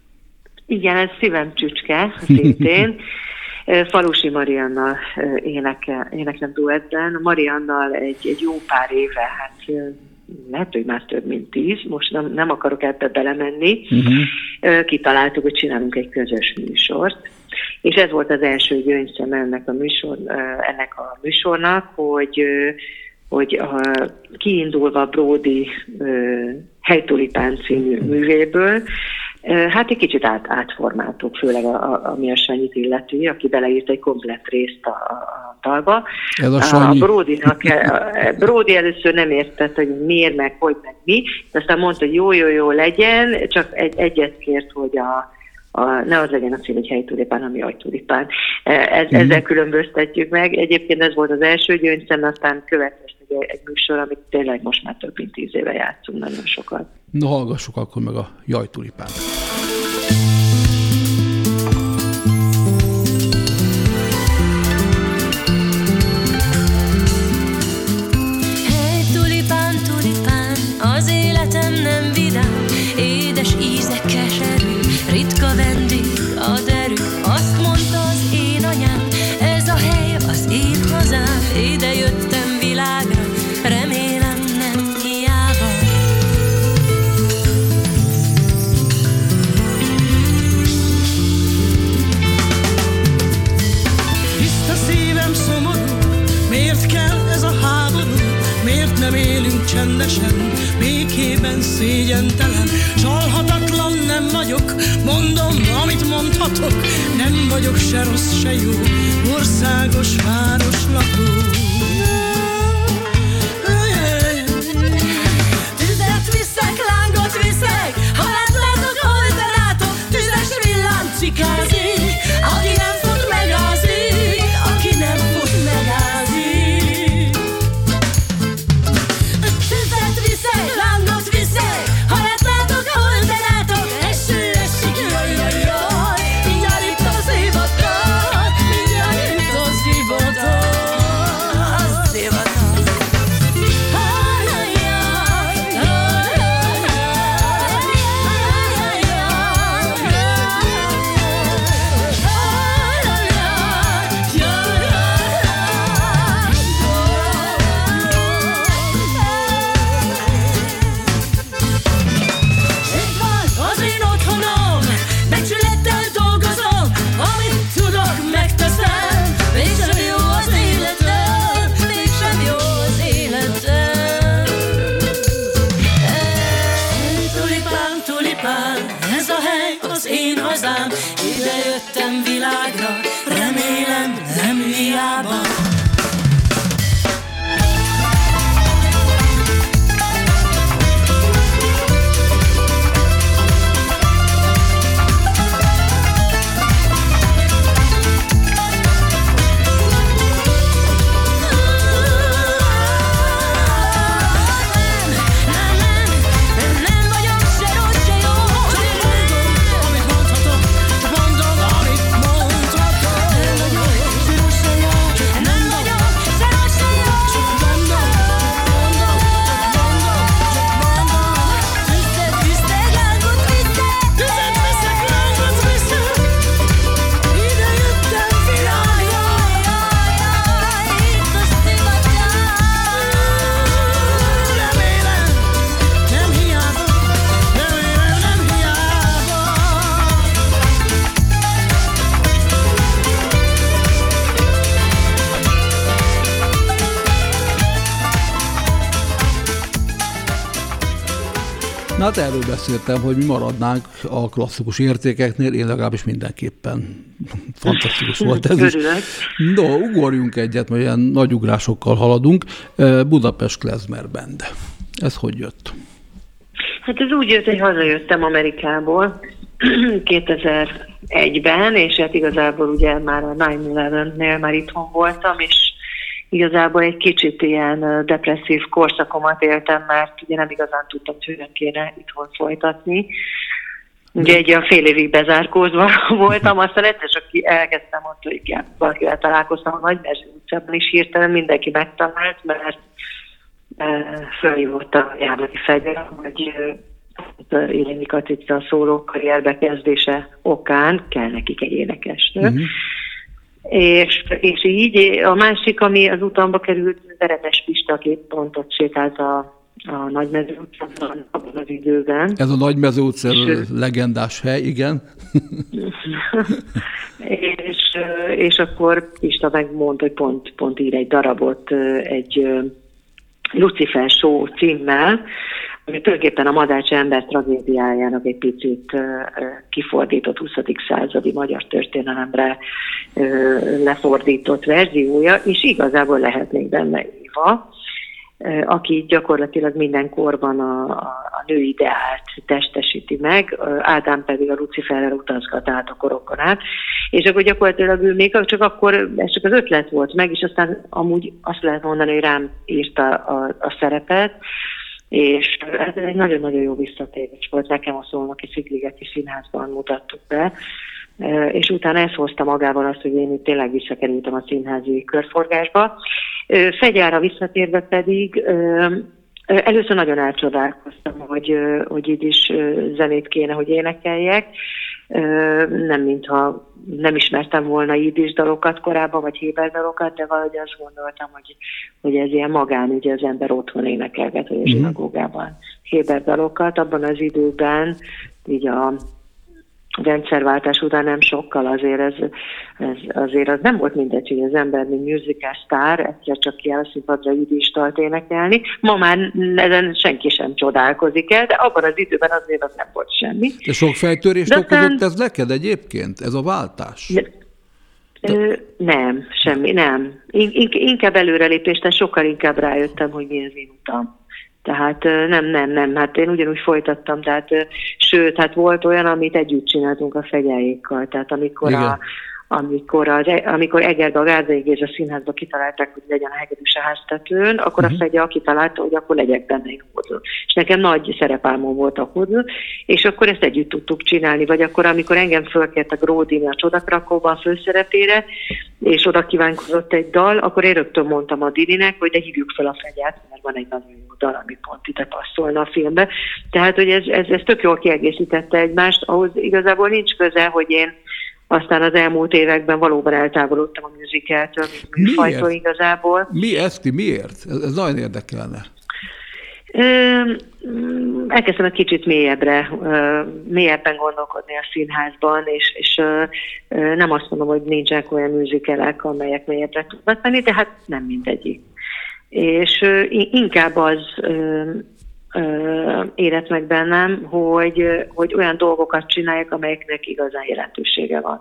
Igen, ez Szívem csücske, szintén. Falusi Mariannal énekel, éneklem duettben. Mariannal egy, egy jó pár éve, hát lehet, hogy már több mint tíz, most nem, nem akarok ebbe belemenni. Uh-huh. Kitaláltuk, hogy csinálunk egy közös műsort. És ez volt az első gyöngyszem ennek a, műsor, ennek a műsornak, hogy, hogy kiindulva Bródi Helytulipán című művéből, hát egy kicsit át, átformáltuk, főleg a, a, ami a Sanyit illeti, aki beleírt egy komplett részt a, a dalba. Ez a Sanyi. A Bródinak, Bródi először nem értett, hogy miért, meg hogy, meg mi, de aztán mondta, hogy jó, jó, jó legyen, csak egy, egyet kért, hogy a, a, ne az legyen a cím, hogy helytulipán, ami agytulipán. Ez, mm. Ezzel különböztetjük meg. Egyébként ez volt az első gyöngyszem, aztán következett egy, egy műsor, amit tényleg most már több mint tíz éve játszunk, nagyon sokat. Na, hallgassuk akkor meg a Jaj tulipán. Hey, tulipán, tulipán, az életem nem vidám, édes íze keserű, ritka vendég a derű. Azt mondta az én anyám, ez a hely az én hazám, ide jöttem világra, remélem nem hiába. Tiszta szívem szomorú, miért kell ez a háború? Miért nem élünk csendesen, békében, szégyentelen? Csalhatatlan nem vagyok, mondom, amit mondhatok. Nem vagyok se rossz, se jó, országos városlakó. Tüzet viszek, lángot viszek, ha látlátok, hol te látok, tüzes villám cikázik, aki nem fut megázik, aki nem fut megázik. Tüzet viszek, lángot viszek, ha látlátok, hol te látok, eső esik, jaj, jaj, jaj, mindjárt itt az hivatal, mindjárt itt az hivatal. talán ez a hely az én hazám, ide jöttem világra, remélem nem hiába. Na hát erről beszéltem, hogy mi maradnánk a klasszikus értékeknél, én legalábbis mindenképpen. Fantasztikus volt ez is. No, ugorjunk egyet, mert ilyen nagy ugrásokkal haladunk. Budapest Klezmer Band. Ez hogy jött? Hát ez úgy jött, hogy hazajöttem Amerikából kétezer-egyben, és hát igazából ugye már a nine eleven-nél már itthon voltam, és igazából egy kicsit ilyen depresszív korszakomat éltem, mert ugye nem igazán tudtam, hogy hogyan kéne itthon folytatni. Ugye egy olyan fél évig bezárkózva voltam, aztán egyszer csak elkezdtem ott, hogy igen, valakivel találkoztam a Nagymező utcában is hirtelen, mindenki megtalált, mert fölhívott a Járlaki Fegyver, hogy Iréni Katica szóló karrierbe kezdése okán kell nekik egy énekesnő. Uh-huh. És, és így a másik, ami az utamba került, Veretes Pista két pontot sétált a, a Nagymező utcában abban az időben. Ez a Nagymező utca legendás hely, igen. és, és akkor Pista megmondta, hogy pont, pont ír egy darabot egy Lucifer Show címmel, ami tulajdonképpen a Madács ember tragédiájának egy picit uh, kifordított huszadik századi magyar történelemre uh, lefordított verziója, és igazából lehet még benne Éva, uh, aki gyakorlatilag minden korban a, a, a nő ideált testesíti meg, uh, Ádám pedig a Luciferrel utazgat át a korokon át, és akkor gyakorlatilag ő még csak akkor, ez csak az ötlet volt meg, és aztán amúgy azt lehet mondani, hogy rám írta a, a szerepet, és ez egy nagyon-nagyon jó visszatérés volt. Nekem a Szolnoki Szigligeti Színházban mutattuk be, és utána ez hozta magával azt, hogy én itt tényleg visszakerültem a színházi körforgásba. Fegyára visszatérve pedig először nagyon elcsodálkoztam, hogy, hogy így is zenét kéne, hogy énekeljek. Nem mintha nem ismertem volna jiddis dalokat korábban, vagy héber dalokat, de valahogy azt gondoltam, hogy, hogy ez ilyen magánügy, az ember otthon énekelget, vagy a zsinagógában héber dalokat. Abban az időben, így a rendszerváltás után nem sokkal, azért ez, ez azért az nem volt mindegy, hogy az ember, mint musical sztár, egyszer csak ki a színpadra jiddis dalt énekelni. Ma már ezen senki sem csodálkozik el, de abban az időben azért az nem volt semmi. De sok fejtörést de okozott aztán... ez neked egyébként, ez a váltás? De... Ö, nem, semmi, nem. In- inkább előrelépés, tehát sokkal inkább rájöttem, hogy mi az én utam. Tehát nem, nem, nem, hát én ugyanúgy folytattam, tehát sőt, hát volt olyan, amit együtt csináltunk a Fegyáékkal, tehát amikor Igen. a amikor, az, amikor Egerbe a Gárdai Géza Színházba kitalálták, hogy legyen a hegedűs a háztetőn, akkor uh-huh. a Fegya kitalálta, hogy akkor legyek benne egy hódló. És nekem nagy szerepálmom volt a hódló, és akkor ezt együtt tudtuk csinálni. Vagy akkor, amikor engem fölkért a Gródini a Csodakrakóban főszerepére, és oda kívánkozott egy dal, akkor én rögtön mondtam a Dininek, hogy de hívjuk fel a Fegyát, mert van egy nagyon jó dal, ami pont ide passzolna a filmbe. Tehát, hogy ez, ez, ez tök jól kiegészítette egymást, ahhoz igazából nincs köze, hogy én aztán az elmúlt években valóban eltávolodtam a musicaltől, mint műfajtól igazából. Mi ezt, miért? Ez, ez nagyon érdekelne. Elkezdtem egy kicsit mélyebbre, mélyebben gondolkodni a színházban, és, és nem azt mondom, hogy nincsenek olyan musicalek, amelyek mélyebbre tudnak menni, de hát nem mindegyik. És inkább az... ö, érett meg bennem, hogy, hogy olyan dolgokat csináljak, amelyeknek igazán jelentősége van.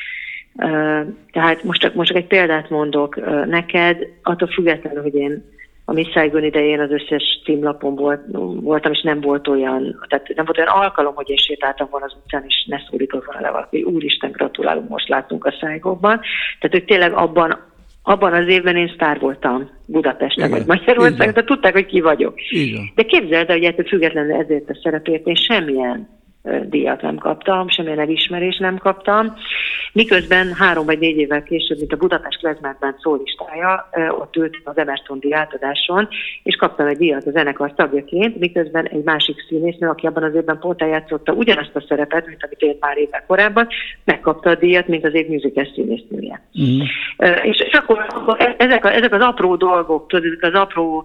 Ö, tehát most csak, most csak egy példát mondok ö, neked, attól függetlenül, hogy én a Miss Saigon idején az összes címlapon volt, voltam, és nem volt olyan, tehát nem volt olyan alkalom, hogy én sétáltam volna az utcán, és ne szólított volna le valaki, úristen, gratulálunk, most láttunk a Saigonban. Tehát, hogy tényleg abban, abban az évben én sztár voltam Budapesten, igen, vagy Magyarországon, tehát tudták, hogy ki vagyok. Igen. De képzeld el, hogy ettől függetlenül ezért a szerepért én semmilyen díjat nem kaptam, semmilyen elismerést nem kaptam. Miközben három vagy négy évvel később, mint a Budapest Klezmer szólistája, ott ült az Emerson díj átadáson, és kaptam egy díjat a zenekar tagjaként, miközben egy másik színésznő, aki abban az évben pont eljátszotta ugyanazt a szerepet, mint amit én pár évvel korábban, megkapta a díjat, mint az év musical színésznője. Mm. És, és akkor, akkor ezek, a, ezek az apró dolgok, tudod, ezek az apró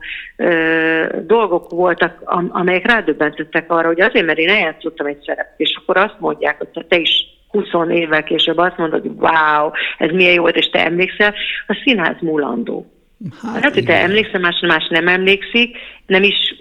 ö, dolgok voltak, amelyek rádöbbentettek arra, hogy azért, mert én eljátszottam egy szerep, és akkor azt mondják, hogy te is húsz évvel később azt mondod, hogy wow, ez milyen jó volt, és te emlékszel, a színház múlandó. Hát, hát hogy te emlékszel, más, más nem emlékszik, nem is,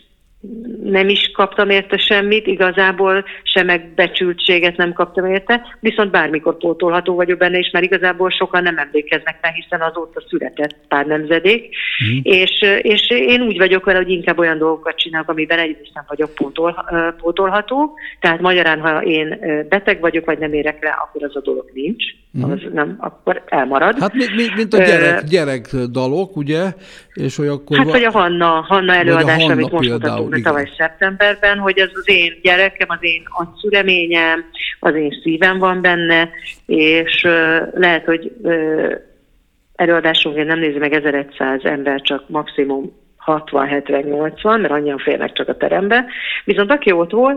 nem is kaptam érte semmit, igazából sem megbecsültséget nem kaptam érte, viszont bármikor pótolható vagyok benne, és már igazából sokan nem emlékeznek rá, hiszen azóta született pár nemzedék, mm. és, és én úgy vagyok vele, hogy inkább olyan dolgokat csinálok, amiben egyrészt nem vagyok pótol, pótolható, tehát magyarán, ha én beteg vagyok, vagy nem érek le, akkor az a dolog nincs, mm. az nem, akkor elmarad. Hát mint, mint a gyerek, gyerek dalok, ugye? És hogy akkor hát, vagy a Hanna, Hanna előadás, amit most mutatunk tavaly szeptemberben, hogy ez az én gyerekem, az én arcszüreményem, az én szívem van benne, és uh, lehet, hogy uh, előadásonként nem nézi meg ezerszáz ember, csak maximum hatvan hetven nyolcvan, mert annyian férnek csak a terembe. Viszont aki ott volt,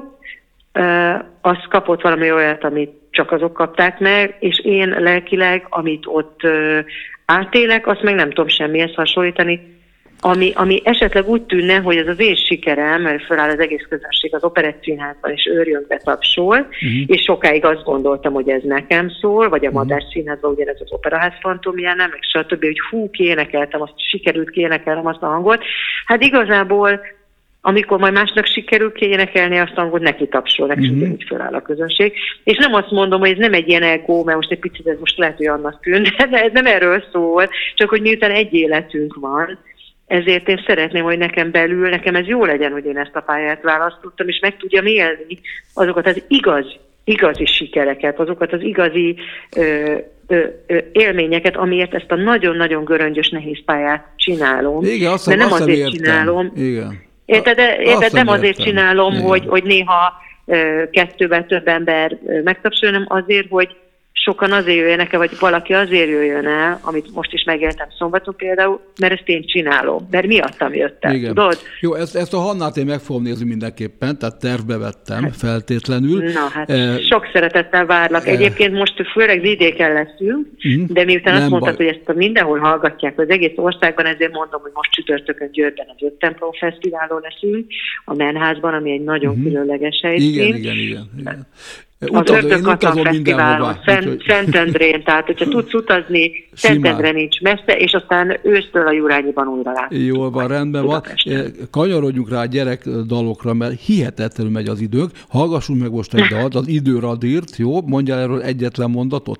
uh, az kapott valami olyat, amit csak azok kapták meg, és én lelkileg, amit ott uh, átélek, azt meg nem tudom semmihez hasonlítani, Ami, ami esetleg úgy tűnne, hogy ez az én sikerem, mert föláll az egész közönség az Operett Színházban, és őrjönkbe tapsol, uh-huh. és sokáig azt gondoltam, hogy ez nekem szól, vagy a uh-huh. Madách Színházban ugyanez az Operaház fantomjának, meg stb., hogy hú, kiénekeltem, azt sikerült kiénekelnem azt a hangot. Hát igazából, amikor majd másnak sikerül kiénekelni azt a hangot, neki tapsol, neki uh-huh. úgy föláll a közönség. És nem azt mondom, hogy ez nem egy ilyen ego, mert most egy picit ez most lehet, hogy annak tűnt, de ez nem erről szól, csak hogy miután egy életünk van, ezért én szeretném, hogy nekem belül, nekem ez jó legyen, hogy én ezt a pályát választottam, és meg tudjam élni azokat az igaz, igazi sikereket, azokat az igazi ö, ö, ö, élményeket, amiért ezt a nagyon-nagyon göröngyös, nehéz pályát csinálom. Igen, azt de nem azt azért értem. csinálom. Igen. Érted, érted nem azért értem. csinálom, Igen. hogy, hogy néha ö, kettőben több ember megtapsolja, hanem azért, hogy sokan azért jöjjenek el, vagy valaki azért jöjjön el, amit most is megéltem szombaton például, mert ezt én csinálom, mert miattam jöttem, igen. tudod? Jó, ezt, ezt a Hannát én meg fogom nézni mindenképpen, tehát tervbe vettem hát, feltétlenül. Na hát, eh, sok szeretettel várlak. Eh, Egyébként most főleg vidéken leszünk, mm, de miután azt mondtad, baj. hogy ezt mindenhol hallgatják az egész országban, ezért mondom, hogy most csütörtökön Győrben az Öt Templom Fesztiválon leszünk, a Menházban, ami egy nagyon mm-hmm. különleges helyszín. Igen, igen, igen. igen. Az Ördögkatlan Fesztiválon, Szent, Szentendrén, tehát hogyha tudsz utazni, Szentendre nincs messze, és aztán ősztől a Jurányiban újra látunk. Jól van, rendben van. Kanyarodjunk rá a gyerek dalokra, mert hihetetlenül megy az időnk. Hallgassunk meg most egy dalt, az Időradírt, jó? Mondjál erről egyetlen mondatot.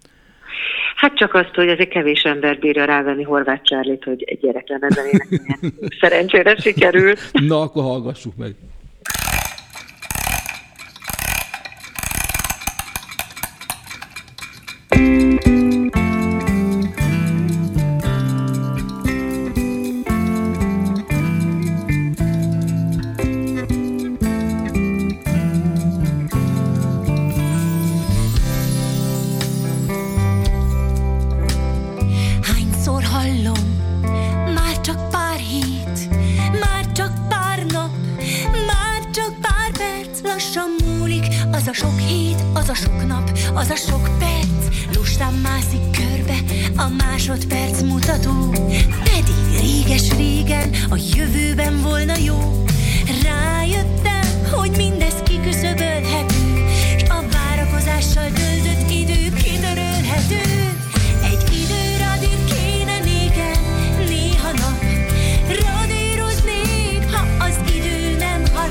Hát csak azt, hogy azért kevés ember bírja rávenni Horváth Csárlit, hogy egy gyereklemezben énekeljen. Szerencsére sikerült. Na, akkor hallgassuk meg. Az a sok perc, lustán mászik körbe a másodperc mutató. Pedig réges-régen a jövőben volna jó. Rájöttem, hogy mindez kiküszöbölhető, s a várakozással töltött idő kitörölhető. Egy időradír kéne nékem, néha nap. Radíroznék, ha az idő nem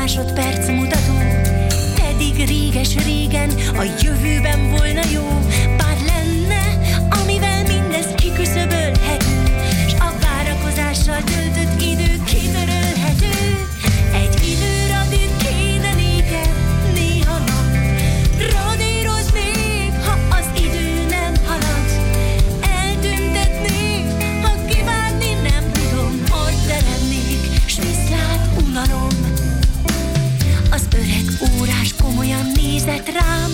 másodperc mutató, pedig réges-régen a jövőben volna jó. Pár lenne, amivel mindez kiküszöbölhető, s a várakozással töltött idő kitörölhető. Egy időradír kéne néked néha nap, radírozd még, ha az idő nem halad. Eltüntetnék, ha kivárni nem tudom, hogy teremnék, s viszlát unalom. Az öreg órás komolyan nézett rám.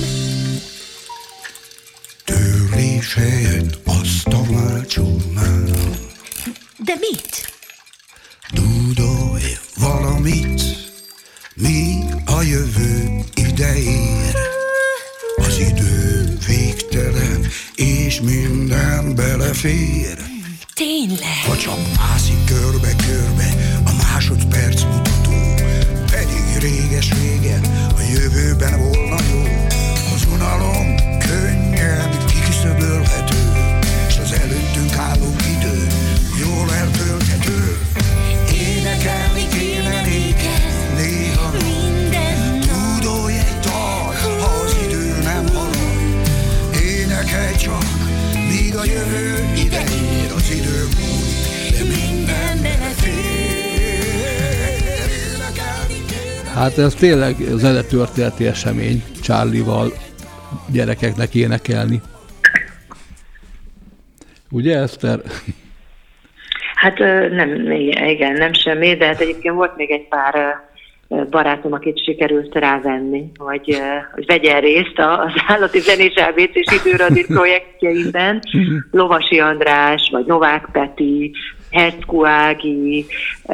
Törés helyett azt tanácsolnám. De mit? Tudod valamit, mi a jövő idejére. Az idő végtelen, és minden belefér. Tényleg? Ha csak mászik körbe-körbe a másodperc mutató, pedig réges-régen a jövőben volna jó. Az unalom könnyen kiküszöbölhető, s az előttünk álló idő jól eltölthető. Énekelni kéne néked néha Minden tudój egy dal, ha az idő nem halad. Énekelj csak, míg a jövő ideér, az idő múlik, de minden belefér. Énekelni kéne. Hát ez tényleg zenetörténeti esemény Charlie-val gyerekeknek énekelni. Ugye, Eszter? Hát ö, nem, igen, nem semmi, de hát egyébként volt még egy pár ö, barátom, akit sikerült rávenni, hogy, ö, hogy vegyen részt az állati zenés á bé cés időradír projektjeiben. Lovasi András, vagy Novák Peti, Herckó Ági,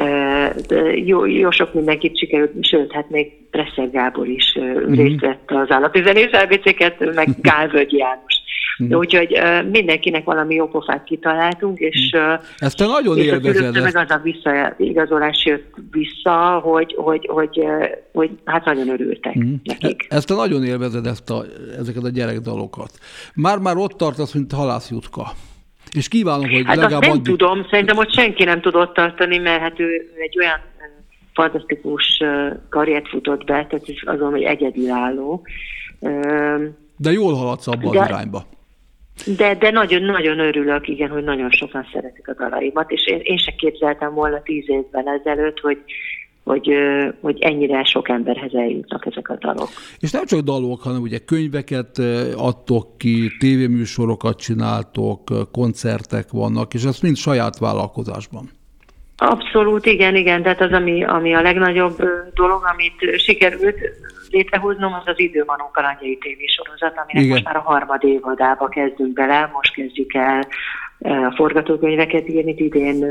jó, jó sok mindenkit sikerült, sőt, hát még Presser Gábor is mm-hmm. részt vett az állati zenés á bé céket, meg Gálvölgyi János. Mm. Úgyhogy uh, mindenkinek valami jó pofát kitaláltunk, és, uh, ezt te nagyon és élvezed. meg az a visszaigazolás jött vissza, hogy, hogy, hogy, uh, hogy hát nagyon örültek mm. nekik. Ezt te nagyon élvezed, ezt a, ezeket a gyerekdalokat. Már-már ott tartasz, mint Halász Jutka. És kívánom, hogy hát legalább azt nem addig... tudom, szerintem ott senki nem tudott tartani, mert hát ő, ő egy olyan uh, fantasztikus uh, karriert futott be, tehát azon, hogy egyedülálló. Uh, De jól haladsz abba de... az irányba. De, de nagyon, nagyon örülök, igen, hogy nagyon sokan szeretik a dalaimat, és én, én se képzeltem volna tíz évvel ezelőtt, hogy, hogy, hogy ennyire sok emberhez eljutnak ezek a dalok. És nem csak dalok, hanem ugye könyveket adtok ki, tévéműsorokat csináltok, koncertek vannak, és ez mind saját vállalkozásban. Abszolút, igen, igen, tehát az, ami, ami a legnagyobb dolog, amit sikerült létrehoznom, az az Időmanó kalandjai tévésorozat, aminek igen. most már a harmad évadába kezdünk bele, most kezdjük el a forgatókönyveket írni, idén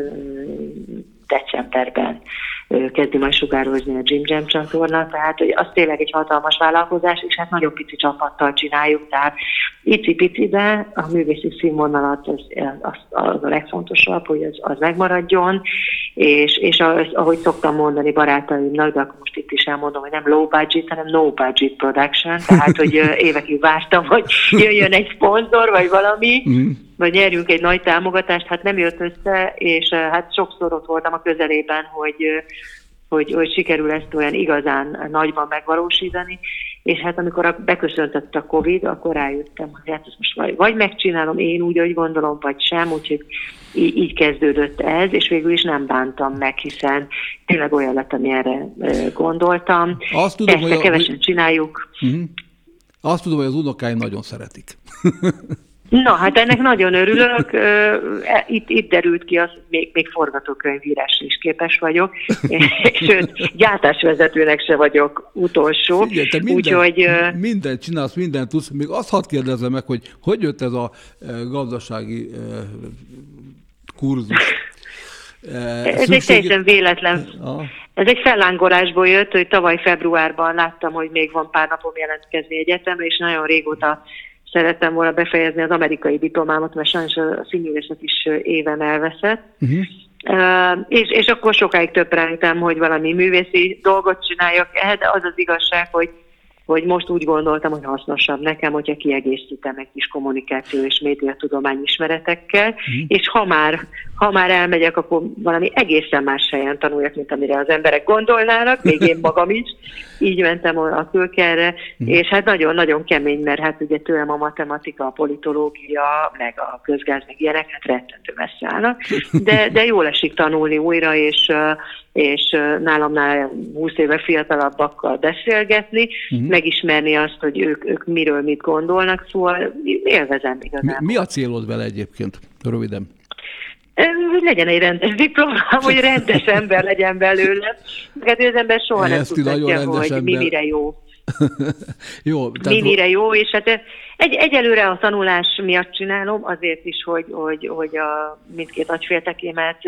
decemberben kezdi majd sugározni a Jim Jam csatorna, tehát hogy az tényleg egy hatalmas vállalkozás, és hát nagyon pici csapattal csináljuk, tehát icipici-de a művészi színvonalat az, az, az a legfontosabb, hogy az, az megmaradjon, és, és az, ahogy szoktam mondani barátaimnak, de akkor most itt is elmondom, hogy nem low budget, hanem no budget production, tehát hogy évekig vártam, hogy jöjjön egy szponzor, vagy valami, mm. vagy nyerjünk egy nagy támogatást, hát nem jött össze, és hát sokszor ott voltam a közelében, hogy, hogy, hogy sikerül ezt olyan igazán nagyban megvalósítani, és hát amikor beköszöntött a Covid, akkor rájöttem, hogy hát ezt most vagy, vagy megcsinálom én úgy, ahogy gondolom, vagy sem, úgyhogy így, így kezdődött ez, és végül is nem bántam meg, hiszen tényleg olyan lett, ami erre gondoltam. Azt tudom, Ezt hogy kevesen a... csináljuk. Uh-huh. Azt tudom, hogy az unokáim nagyon szeretik. Na, hát ennek nagyon örülök. Itt, itt derült ki az, hogy még, még forgatókönyvírásra is képes vagyok, sőt, gyártásvezetőnek se vagyok utolsó. Figyelj, te minden, Úgyhogy, mindent csinálsz, mindent tudsz. Még azt hadd kérdezzem meg, hogy hogy jött ez a gazdasági kurzus? Ez Szükség... egy teljesen véletlen. Ah. Ez egy fellángolásból jött, hogy tavaly februárban láttam, hogy még van pár napom jelentkezni egyetemre, és nagyon régóta szerettem volna befejezni az amerikai diplomámat, mert sajnos a színművészet is éven elveszett. Uh-huh. Uh, és, és akkor sokáig töprengtem, hogy valami művészi dolgot csináljak, de az az igazság, hogy, hogy most úgy gondoltam, hogy hasznosabb nekem, hogyha kiegészítem egy kis kommunikáció és médiatudomány ismeretekkel, uh-huh. és ha már, ha már elmegyek, akkor valami egészen más helyen tanuljak, mint amire az emberek gondolnának, még én magam is. Így mentem a Kölkerre, mm. és hát nagyon-nagyon kemény, mert hát ugye tőlem a matematika, a politológia, meg a közgáz, meg ilyenek, hát rettentő messze állnak. De, de jól esik tanulni újra, és, és nálamnál húsz éve fiatalabbakkal beszélgetni, mm. megismerni azt, hogy ők, ők miről mit gondolnak, szóval élvezem igazán. Mi, mi a célod vele egyébként? Röviden. Hogy legyen egy rendes diplomám, hogy rendes ember legyen belőle. Hát az ember soha nem tudhatja, hogy ember. mi mire jó. jó tehát... Mi mire jó, és hát egy, egyelőre a tanulás miatt csinálom, azért is, hogy, hogy, hogy a mindkét agyféltekémet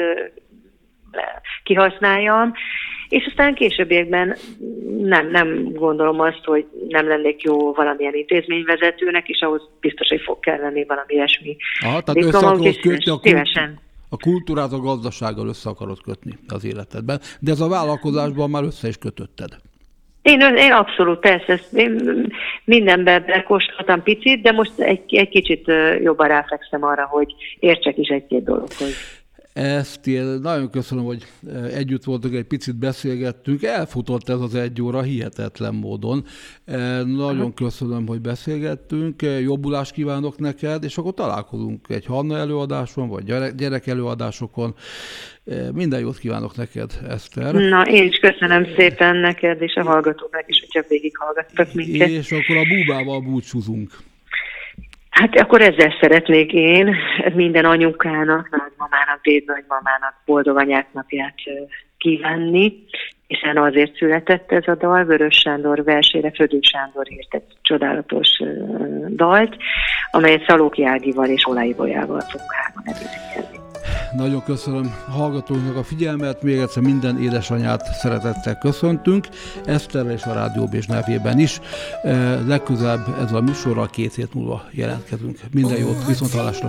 kihasználjam, és aztán későbbiekben nem, nem gondolom azt, hogy nem lennék jó valamilyen intézményvezetőnek, és ahhoz biztos, hogy fog kelleni valami ilyesmi. Aha, tehát össze akarod kötni a, kult- a kultúrát a gazdasággal össze akarod kötni az életedben, de ez a vállalkozásban már össze is kötötted. Én, én abszolút, persze, én mindenben bekóstoltam picit, de most egy, egy kicsit jobban ráfekszem arra, hogy értsek is egy-két dologhoz. Ezt én nagyon köszönöm, hogy együtt voltunk, egy picit beszélgettünk. Elfutott ez az egy óra hihetetlen módon. Nagyon köszönöm, hogy beszélgettünk. Jobbulást kívánok neked, és akkor találkozunk egy Hanna előadáson, vagy gyerek előadásokon. Minden jót kívánok neked, Eszter. Na, én is köszönöm szépen neked, és a hallgatóknak is, hogyha végighallgattak minket. És akkor a búbával búcsúzunk. Hát akkor ezzel szeretnék én minden anyukának, nagymamának, dédnagymamának boldog anyák napját kívánni, hiszen azért született ez a dal, Vörös Sándor versére Födő Sándor írt egy csodálatos dalt, amelyet Szalóki Ágival és Olai Bolyával fogunk hárman előzíteni. Nagyon köszönöm hallgatóknak a figyelmet, még egyszer minden édesanyát szeretettel köszöntünk, Eszterrel és a Rádió Bézs nevében is. Legközelebb ez a műsorral két hét múlva jelentkezünk. Minden jót, viszonthallásra!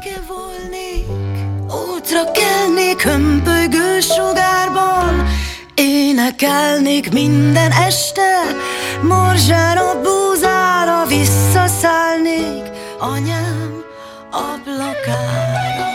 Útra kelnék hömpölygő sugárban, énekelnék minden este, morzsára, búzára visszaszállnék anyám ablakára.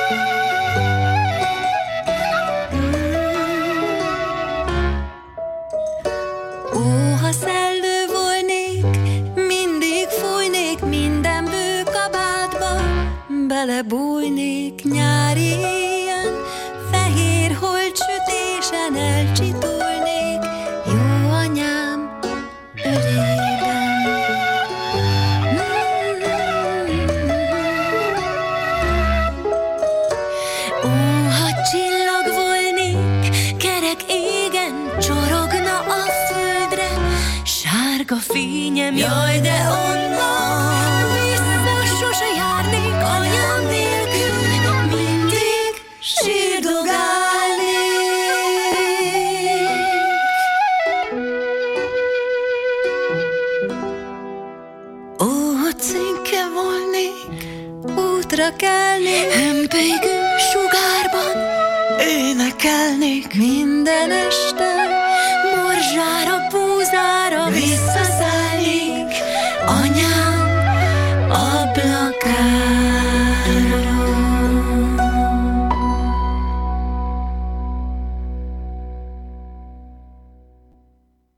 Ó, ha szellő volnék, mindig fújnék minden bőkabátba, belebújnék nyári éjjel, fehér holtsütésen elcsitulnék jó anyám ölében. Ó, ha csillag volnék, kerek égen csorogna a földre, sárga fényem, jaj, de onnan vissza sose járnék anyám nélkül, mindig sírdogálnék. Ó, ha cinke volnék, útra kelnék, hömpölygő sugárban énekelnék minden este, morzsára, búzára vissza